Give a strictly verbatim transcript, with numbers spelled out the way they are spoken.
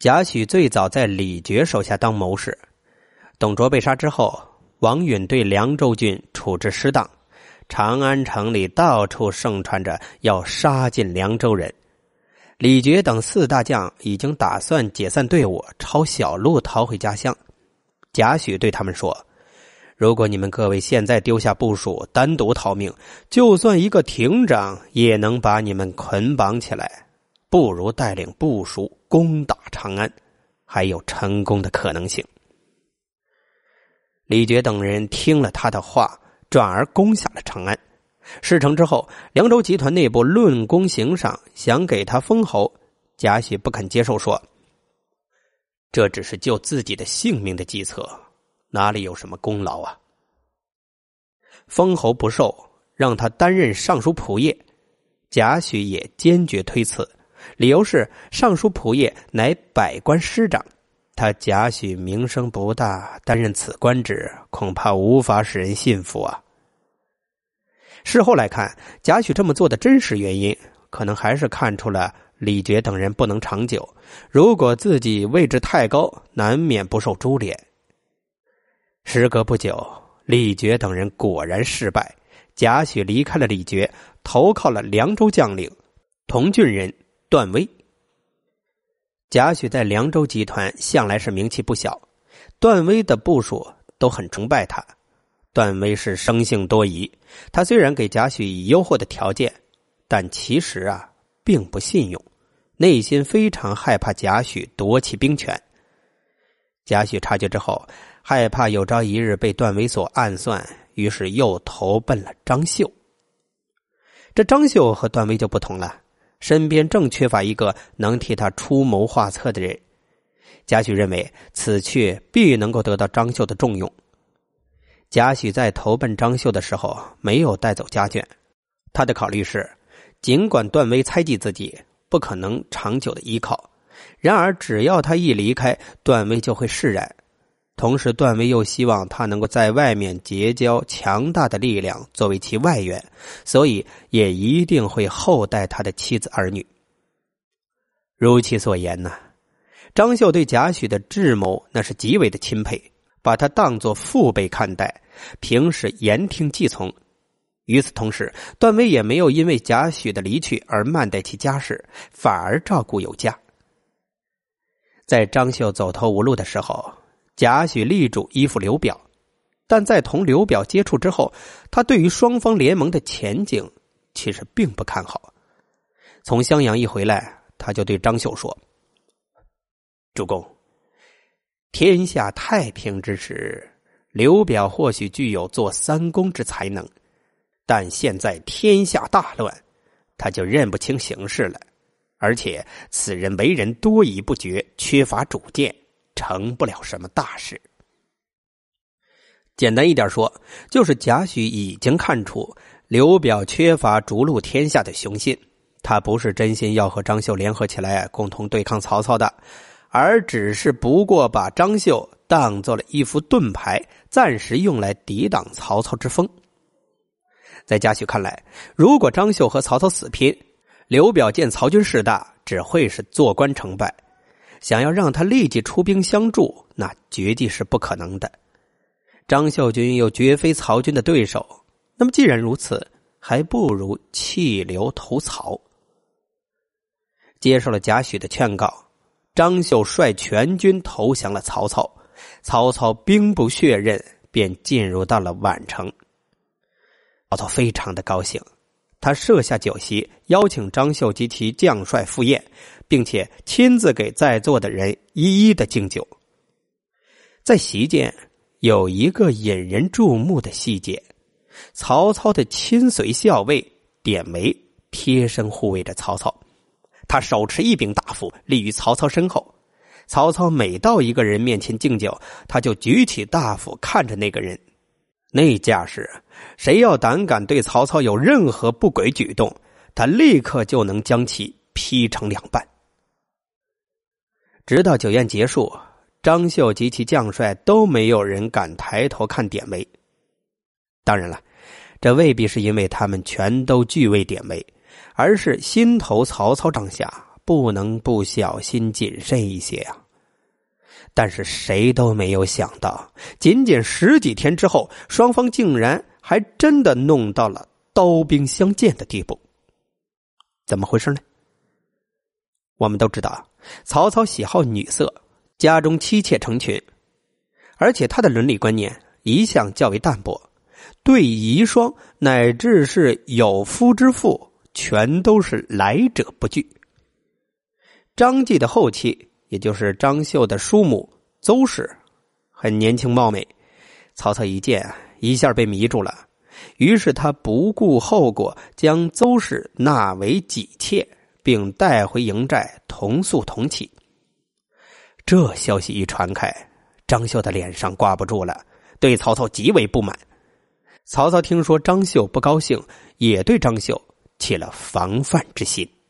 贾诩最早在李傕手下当谋士，董卓被杀之后，王允对凉州郡处置失当，长安城里到处盛传着要杀尽凉州人。李傕等四大将已经打算解散队伍，抄小路逃回家乡。贾诩对他们说，如果你们各位现在丢下部署，单独逃命，就算一个亭长也能把你们捆绑起来，不如带领部属攻打长安，还有成功的可能性。李傕等人听了他的话，转而攻下了长安。事成之后，凉州集团内部论功行赏，想给他封侯，贾诩不肯接受，说这只是救自己的性命的计策，哪里有什么功劳啊？封侯不受，让他担任尚书仆射，贾诩也坚决推辞，理由是尚书仆射乃百官师长，他贾诩名声不大，担任此官职恐怕无法使人信服啊。事后来看，贾诩这么做的真实原因，可能还是看出了李傕等人不能长久，如果自己位置太高，难免不受株连。时隔不久，李傕等人果然失败，贾诩离开了李傕，投靠了凉州将领同郡人段威。贾诩在凉州集团向来是名气不小，段威的部属都很崇拜他。段威是生性多疑，他虽然给贾诩以优厚的条件，但其实啊并不信用，内心非常害怕贾诩夺其兵权。贾诩察觉之后，害怕有朝一日被段威所暗算，于是又投奔了张绣。这张绣和段威就不同了，身边正缺乏一个能替他出谋划策的人。贾诩认为此去必能够得到张绣的重用。贾诩在投奔张绣的时候没有带走家眷，他的考虑是，尽管段威猜忌自己，不可能长久的依靠，然而只要他一离开，段威就会释然。同时段威又希望他能够在外面结交强大的力量作为其外援，所以也一定会厚待他的妻子儿女。如其所言呢，张绣对贾诩的智谋那是极为的钦佩，把他当作父辈看待，平时言听计从。与此同时，段威也没有因为贾诩的离去而慢待其家事，反而照顾有加。在张绣走投无路的时候，贾诩力主依附刘表，但在同刘表接触之后，他对于双方联盟的前景其实并不看好。从襄阳一回来，他就对张绣说，主公，天下太平之时，刘表或许具有做三公之才能，但现在天下大乱，他就认不清形势了，而且此人为人多疑不决，缺乏主见，成不了什么大事。简单一点说，就是贾诩已经看出刘表缺乏逐鹿天下的雄心，他不是真心要和张绣联合起来共同对抗曹操的，而只是不过把张绣当做了一副盾牌，暂时用来抵挡曹操之锋。在贾诩看来，如果张绣和曹操死拼，刘表见曹军势大，只会是坐观成败，想要让他立即出兵相助，那绝技是不可能的。张绣军又绝非曹军的对手，那么既然如此，还不如弃刘投曹。接受了贾诩的劝告，张绣率全军投降了曹操，曹操兵不血刃，便进入到了宛城。曹操非常的高兴，他设下酒席，邀请张绣及其将帅赴宴，并且亲自给在座的人一一的敬酒。在席间有一个引人注目的细节，曹操的亲随校尉典韦贴身护卫着曹操，他手持一柄大斧立于曹操身后，曹操每到一个人面前敬酒，他就举起大斧看着那个人。那架势，谁要胆敢对曹操有任何不轨举动，他立刻就能将其劈成两半。直到酒宴结束，张绣及其将帅都没有人敢抬头看典韦。当然了，这未必是因为他们全都惧畏典韦，而是心头曹操帐下， 不能不小心谨慎一些啊。但是谁都没有想到，仅仅十几天之后，双方竟然还真的弄到了刀兵相见的地步。怎么回事呢？我们都知道，曹操喜好女色，家中妻妾成群，而且他的伦理观念一向较为淡薄，对遗孀乃至是有夫之妇，全都是来者不拒。张继的后妻，也就是张绣的叔母邹氏，很年轻貌美，曹操一见一下被迷住了，于是他不顾后果，将邹氏纳为己妾，并带回营寨同宿同寝。这消息一传开，张绣的脸上挂不住了，对曹操极为不满。曹操听说张绣不高兴，也对张绣起了防范之心。